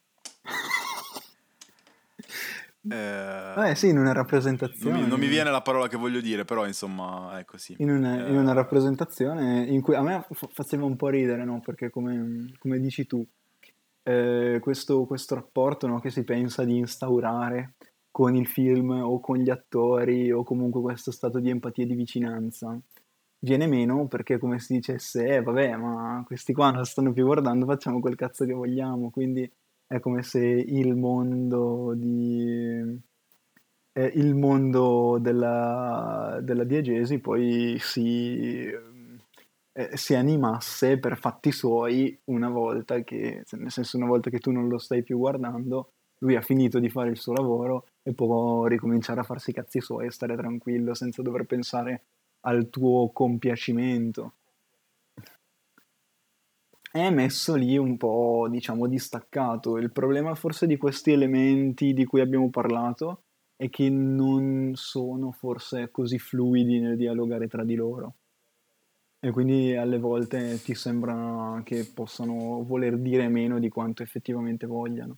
Sì, in una non mi rappresentazione. viene la parola che voglio dire, però insomma è così. In una rappresentazione in cui a me faceva un po' ridere, no? Perché come dici tu, questo rapporto, no, che si pensa di instaurare con il film o con gli attori o comunque questo stato di empatia e di vicinanza viene meno perché come si dicesse, vabbè, ma questi qua non stanno più guardando, facciamo quel cazzo che vogliamo, quindi è come se il mondo della diegesi poi si animasse per fatti suoi una volta che, cioè, nel senso una volta che tu non lo stai più guardando, lui ha finito di fare il suo lavoro e può ricominciare a farsi i cazzi suoi e stare tranquillo senza dover pensare al tuo compiacimento. È messo lì un po', diciamo, distaccato. Il problema forse di questi elementi di cui abbiamo parlato è che non sono forse così fluidi nel dialogare tra di loro. E quindi alle volte ti sembra che possano voler dire meno di quanto effettivamente vogliano.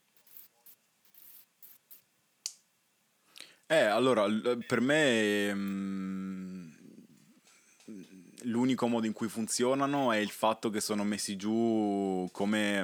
Allora, per me l'unico modo in cui funzionano è il fatto che sono messi giù come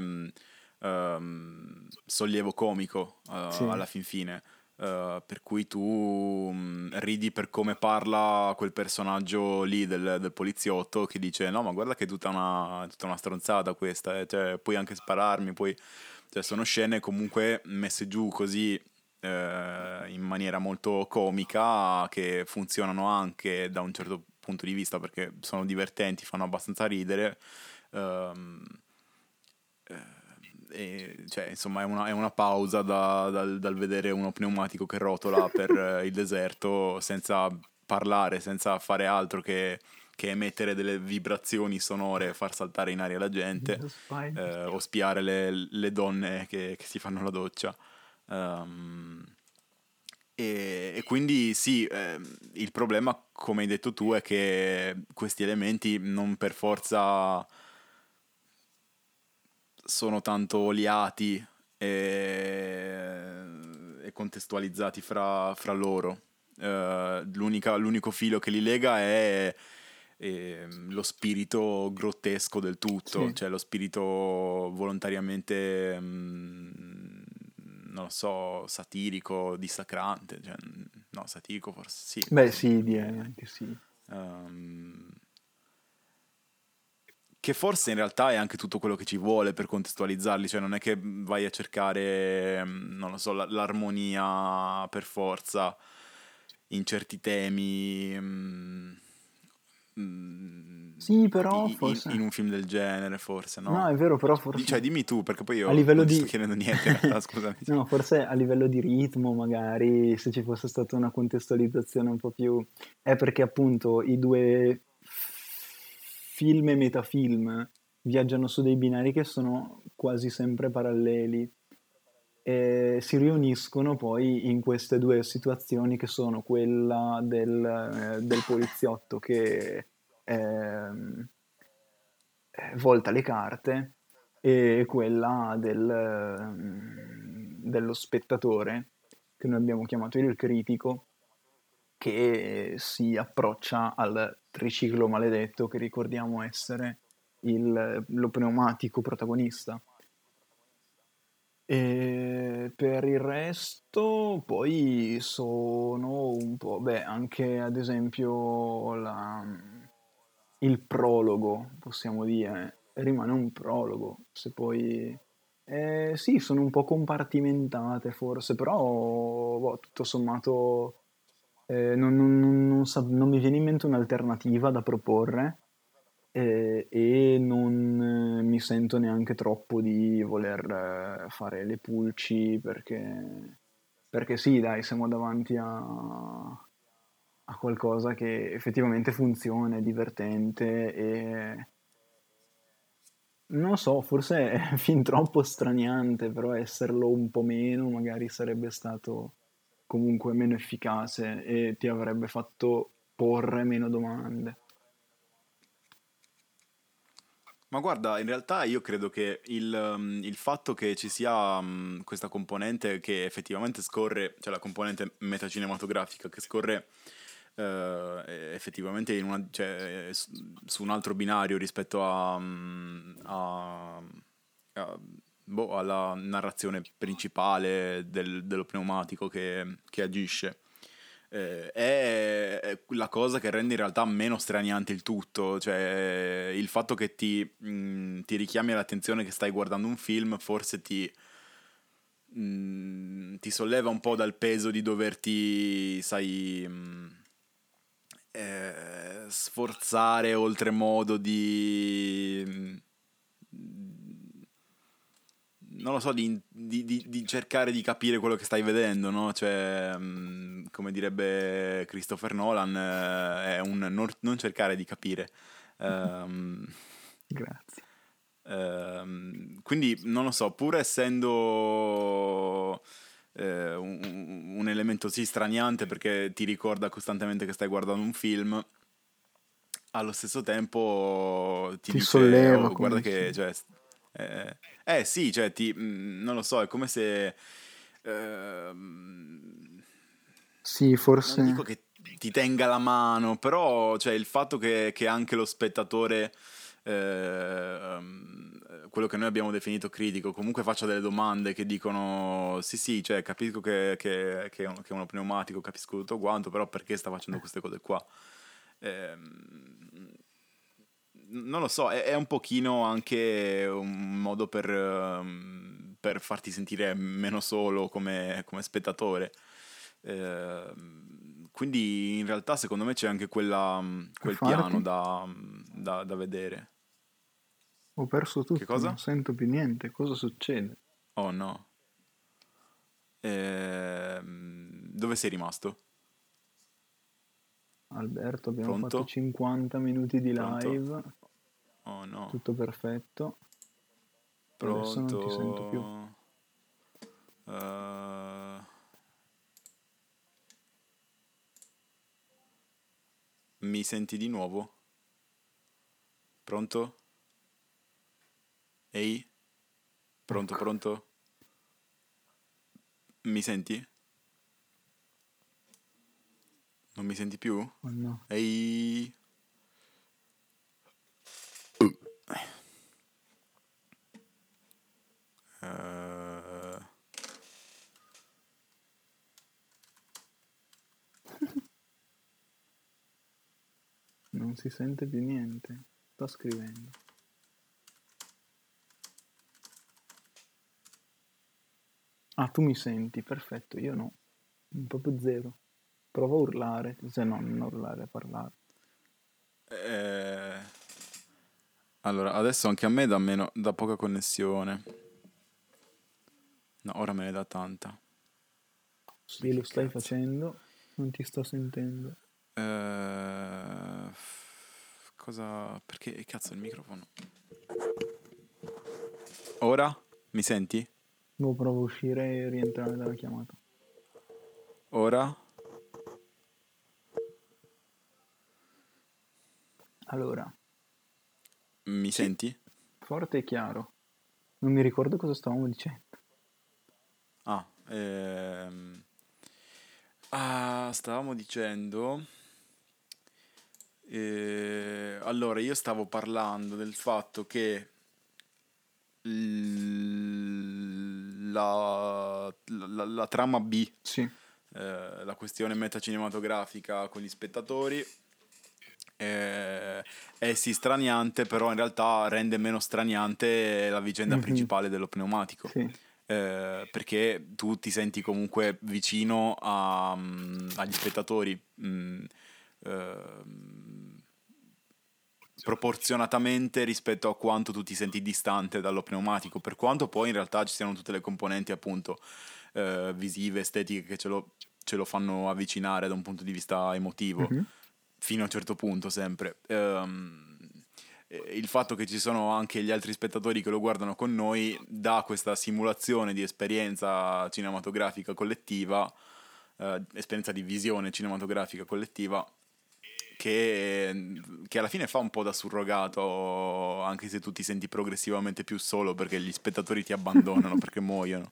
sollievo comico Sì, alla fin fine. Per cui tu ridi per come parla quel personaggio lì del poliziotto che dice no ma guarda che è tutta una stronzata questa, cioè, puoi anche spararmi, poi cioè, sono scene comunque messe giù così in maniera molto comica che funzionano anche da un certo punto di vista perché sono divertenti, fanno abbastanza ridere. ehm, e, cioè, insomma, è una pausa dal vedere uno pneumatico che rotola per il deserto senza parlare, senza fare altro che emettere delle vibrazioni sonore e far saltare in aria la gente, lo spy. o spiare le donne che si fanno la doccia. Ehm, e quindi sì, il problema, come hai detto tu, è che questi elementi non per forza sono tanto oliati e contestualizzati fra loro. L'unico filo che li lega è lo spirito grottesco del tutto, Sì. cioè lo spirito volontariamente, non lo so, satirico, dissacrante, cioè, no, satirico forse sì, Beh, sì, sì, direi perché anche sì. ehm, che forse in realtà è anche tutto quello che ci vuole per contestualizzarli, cioè non è che vai a cercare, non lo so, l'armonia per forza in certi temi, Sì, però forse... in un film del genere, forse, No, no? è vero, però Cioè, forse dimmi tu, perché poi a io livello non ti sto di... chiedendo niente in realtà, scusami. No, forse a livello di ritmo, magari, se ci fosse stata una contestualizzazione un po' più... È perché appunto i due film e metafilm viaggiano su dei binari che sono quasi sempre paralleli e si riuniscono poi in queste due situazioni che sono quella del poliziotto che ehm, volta le carte e quella dello spettatore, che noi abbiamo chiamato il critico, che si approccia al triciclo maledetto che ricordiamo essere lo pneumatico protagonista. E per il resto poi sono un po', beh, anche ad esempio il prologo, possiamo dire, rimane un prologo, se poi... sì, sono un po' compartimentate forse, però boh, tutto sommato non mi viene in mente un'alternativa da proporre e non mi sento neanche troppo di voler fare le pulci perché sì, dai, siamo davanti a qualcosa che effettivamente funziona, è divertente e non so, forse è fin troppo straniante, però esserlo un po' meno magari sarebbe stato comunque meno efficace e ti avrebbe fatto porre meno domande. Ma guarda, in realtà io credo che il fatto che ci sia questa componente che effettivamente scorre, cioè la componente metacinematografica che scorre effettivamente cioè, su un altro binario rispetto boh, alla narrazione principale dello pneumatico che agisce è la cosa che rende in realtà meno straniante il tutto, cioè il fatto che ti richiami l'attenzione che stai guardando un film forse ti solleva un po' dal peso di doverti, sai, sforzare oltremodo di non lo so, di cercare di capire quello che stai vedendo, no? Cioè, come direbbe Christopher Nolan, è un non cercare di capire. Ehm, Grazie. quindi non lo so, pur essendo un elemento sì straniante perché ti ricorda costantemente che stai guardando un film, allo stesso tempo ti Ti dice, solleva, oh, come guarda dici. che, cioè, sì, cioè, non lo so, è come se, Sì, non dico forse. che ti tenga la mano, però, cioè, il fatto che anche lo spettatore, quello che noi abbiamo definito critico, comunque faccia delle domande che dicono, sì, sì, cioè, capisco che è uno pneumatico, capisco tutto quanto, però perché sta facendo queste cose qua? Non lo so, è un pochino anche un modo per farti sentire meno solo come spettatore. Quindi in realtà secondo me c'è anche A quel piano farti? da vedere. Ho perso Che tutto, non cosa? sento più niente. Cosa succede? Oh no. Dove sei rimasto? Alberto, abbiamo fatto Pronto? 50 minuti di Pronto? live, Oh no. tutto perfetto, e adesso non ti sento più. Pronto? Eh, mi senti di nuovo? Pronto? Ehi? Pronto, Ecco, pronto? Mi senti? Non mi senti più? oh no. Ehi? Eh, Non si sente più niente. Sto scrivendo. Ah, tu mi senti, perfetto, io no. Proprio zero. Prova a urlare, se no, non urlare, a parlare. eh, allora, adesso anche a me dà poca connessione. No, ora me ne dà tanta. Ma Sì, lo che stai cazzo? facendo, non ti sto sentendo. Cosa? Perché cazzo il microfono? Ora? Mi senti? Devo provo a uscire e rientrare dalla chiamata. Ora? Allora, Mi sì, senti? forte e chiaro. Non mi ricordo cosa stavamo dicendo. Ah, stavamo dicendo. Allora, io stavo parlando del fatto che la trama B, Sì. la questione metacinematografica con gli spettatori, è sì straniante, però in realtà rende meno straniante la vicenda Mhm, principale dello pneumatico. sì. Perché tu ti senti comunque vicino agli spettatori, proporzionatamente rispetto a quanto tu ti senti distante dallo pneumatico, per quanto poi in realtà ci siano tutte le componenti appunto visive, estetiche che ce lo fanno avvicinare da un punto di vista emotivo, Mhm, fino a un certo punto sempre. Il fatto che ci sono anche gli altri spettatori che lo guardano con noi dà questa simulazione di esperienza cinematografica collettiva, esperienza di visione cinematografica collettiva, che alla fine fa un po' da surrogato, anche se tu ti senti progressivamente più solo perché gli spettatori ti abbandonano perché muoiono.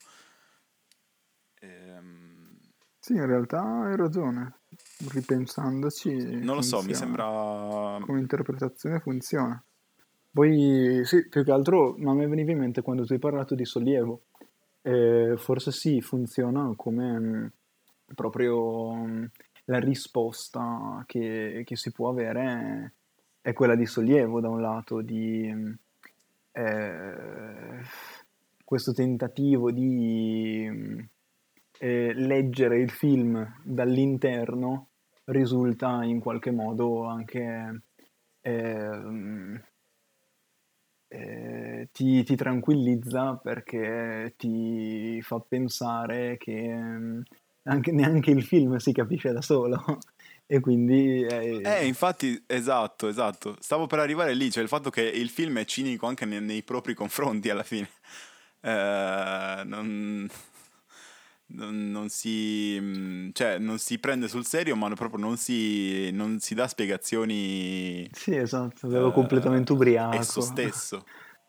Sì, in realtà hai ragione. Ripensandoci Non lo so, mi funziona. sembra. Come interpretazione funziona. Poi sì, più che altro, ma mi veniva in mente quando tu hai parlato di sollievo. Forse sì, funziona come proprio la risposta che si può avere è quella di sollievo da un lato, di eh, questo tentativo di leggere il film dall'interno risulta in qualche modo anche ehm, ti tranquillizza perché ti fa pensare che neanche il film si capisce da solo e quindi Infatti, esatto. Stavo per arrivare lì, cioè il fatto che il film è cinico anche nei propri confronti alla fine. Non, cioè, non si prende sul serio, ma proprio non si dà spiegazioni sì, esatto, avevo completamente esso ubriaco. stesso,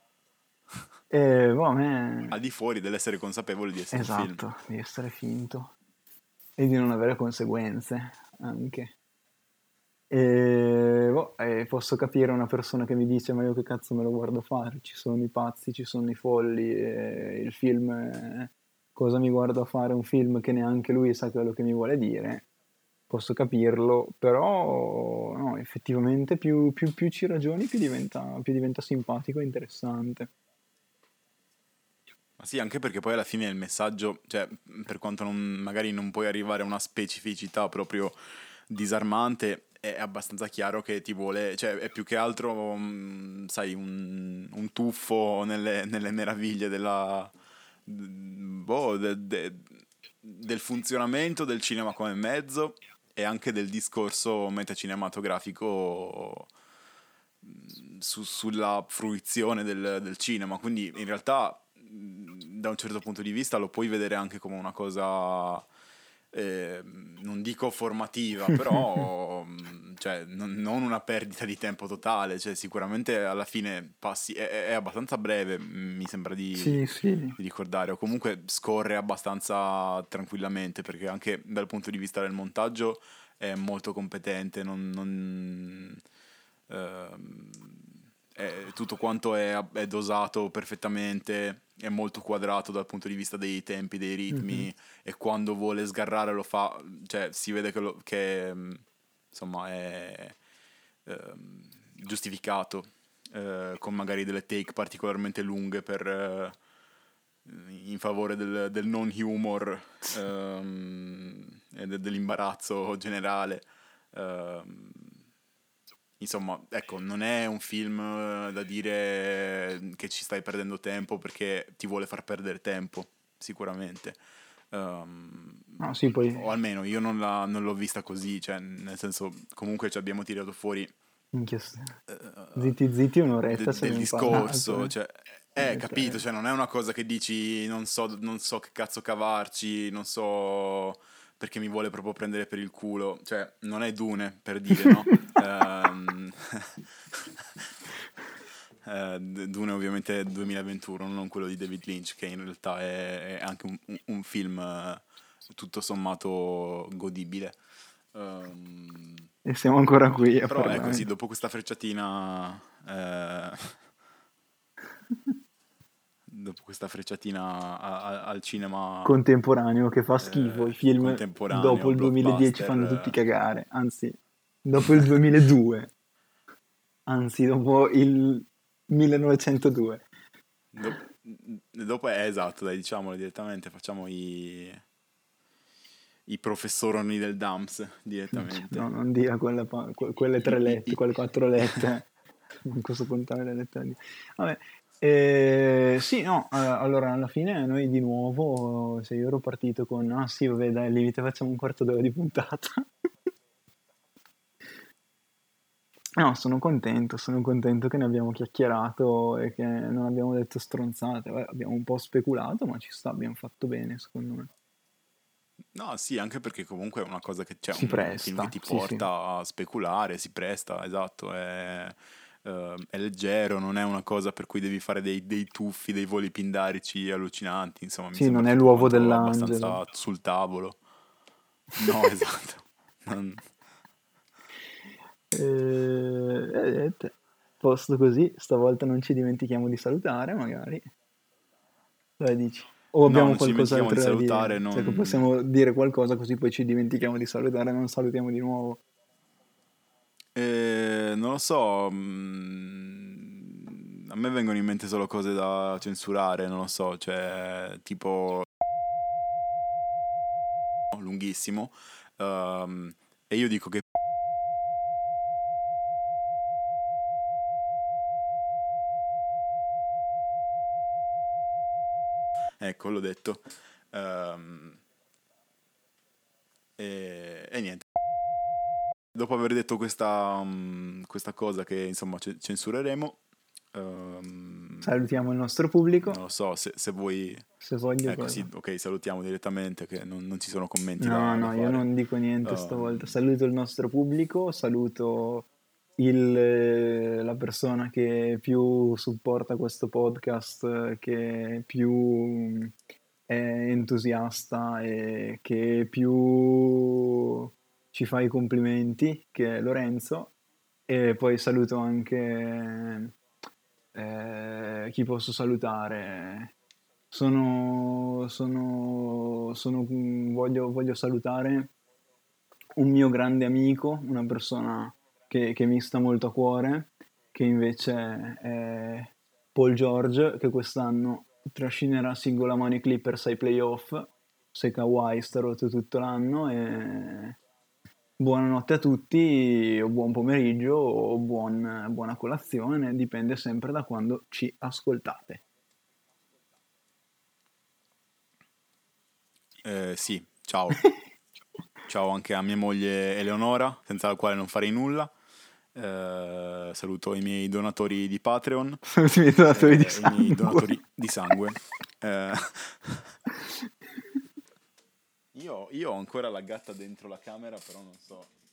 E boh, a me al di fuori dell'essere consapevole di essere un film. esatto, di essere finto e di non avere conseguenze anche. E boh, posso capire una persona che mi dice: Ma io che cazzo me lo guardo fare? Ci sono i pazzi, ci sono i folli, e il film, cosa mi guardo a fare un film che neanche lui sa quello che mi vuole dire? Posso capirlo, però no, effettivamente più ci ragioni, più diventa simpatico e interessante. Ma sì, anche perché poi alla fine il messaggio, cioè, per quanto magari non puoi arrivare a una specificità proprio disarmante, è abbastanza chiaro che ti vuole, cioè, è più che altro, sai, un tuffo nelle meraviglie boh, del funzionamento del cinema come mezzo e anche del discorso metacinematografico sulla fruizione del cinema. Quindi in realtà da un certo punto di vista lo puoi vedere anche come una cosa, non dico formativa, però cioè, non una perdita di tempo totale, cioè, sicuramente alla fine passi, è abbastanza breve, mi sembra Sì, sì. di ricordare, o comunque scorre abbastanza tranquillamente, perché anche dal punto di vista del montaggio è molto competente, ehm, tutto quanto è dosato perfettamente, è molto quadrato dal punto di vista dei tempi, dei Mhm. ritmi, e quando vuole sgarrare lo fa, cioè si vede che insomma è giustificato, con magari delle take particolarmente lunghe in favore del non humor, e dell'imbarazzo generale. Ehm, Insomma, ecco, non è un film da dire che ci stai perdendo tempo perché ti vuole far perdere tempo, sicuramente. Ehm, No, sì, poi o almeno io non l'ho vista così, cioè, nel senso, comunque ci abbiamo tirato fuori minchia, eh, zitti zitti un'oretta se del abbiamo parlato, discorso, cioè, capito, Cioè, cioè non è una cosa che dici non so che cazzo cavarci, non so perché mi vuole proprio prendere per il culo, cioè non è Dune per dire, no? Dune ovviamente è 2021, non quello di David Lynch, che in realtà è anche un film tutto sommato godibile. Ehm, e siamo ancora qui a Però ecco sì, parlare. dopo questa frecciatina, dopo questa frecciatina al cinema Contemporaneo che fa schifo, i film dopo contemporaneo, il 2010 fanno blockbuster, tutti cagare, anzi, dopo il 2002, anzi, dopo il 1902. dopo è esatto, dai, diciamolo direttamente, facciamo i professoroni del DAMS Minchia, direttamente. no, non dia quelle tre I- lettere, i- quelle quattro lettere, non posso contare le lettere. Vabbè, sì, no, allora alla fine noi di nuovo, se io ero partito con, ah sì, vabbè, dai, al limite facciamo un quarto d'ora di puntata. No, sono contento che ne abbiamo chiacchierato e che non abbiamo detto stronzate. Beh, abbiamo un po' speculato, ma ci sta, abbiamo fatto bene, secondo me. No, sì, anche perché comunque è una cosa che c'è Si un film che presta, ti sì, sì. porta a speculare, si presta, esatto, è leggero, non è una cosa per cui devi fare dei tuffi, dei voli pindarici allucinanti, insomma, mi Sì, sembra non è tutto l'uovo quanto dell'angelo. abbastanza sul tavolo. No, esatto. Non- Niente. Posto così, stavolta non ci dimentichiamo di salutare, magari. Cosa dici? O No, abbiamo non ci dimentichiamo di qualcos'altro da salutare, dire? Cioè, che possiamo dire qualcosa così poi ci dimentichiamo di salutare e non salutiamo di nuovo. Non lo so, a me vengono in mente solo cose da censurare, non lo so, cioè tipo lunghissimo, e io dico che... Ecco, l'ho detto. E niente. Dopo aver detto questa cosa che insomma censureremo, Salutiamo il nostro pubblico. non lo so, se vuoi... Se voglio Ecco, cosa. sì, ok, salutiamo direttamente che non ci sono commenti No, da io fare. non dico niente stavolta. Saluto il nostro pubblico, saluto la persona che più supporta questo podcast, che più è entusiasta e che più ci fa i complimenti, che è Lorenzo. E poi saluto anche chi posso salutare. Voglio salutare un mio grande amico, una persona che mi sta molto a cuore, che invece è Paul George, che quest'anno trascinerà singola mano i Clippers ai playoff, se Kawhi sta rotto tutto l'anno. E buonanotte a tutti, o buon pomeriggio, o buona colazione, dipende sempre da quando ci ascoltate. Sì, ciao. Ciao anche a mia moglie Eleonora, senza la quale non farei nulla. Saluto i miei donatori di Patreon. Saluti i miei donatori di I miei sangue. donatori di sangue. Io ho ancora la gatta dentro la camera, però non so.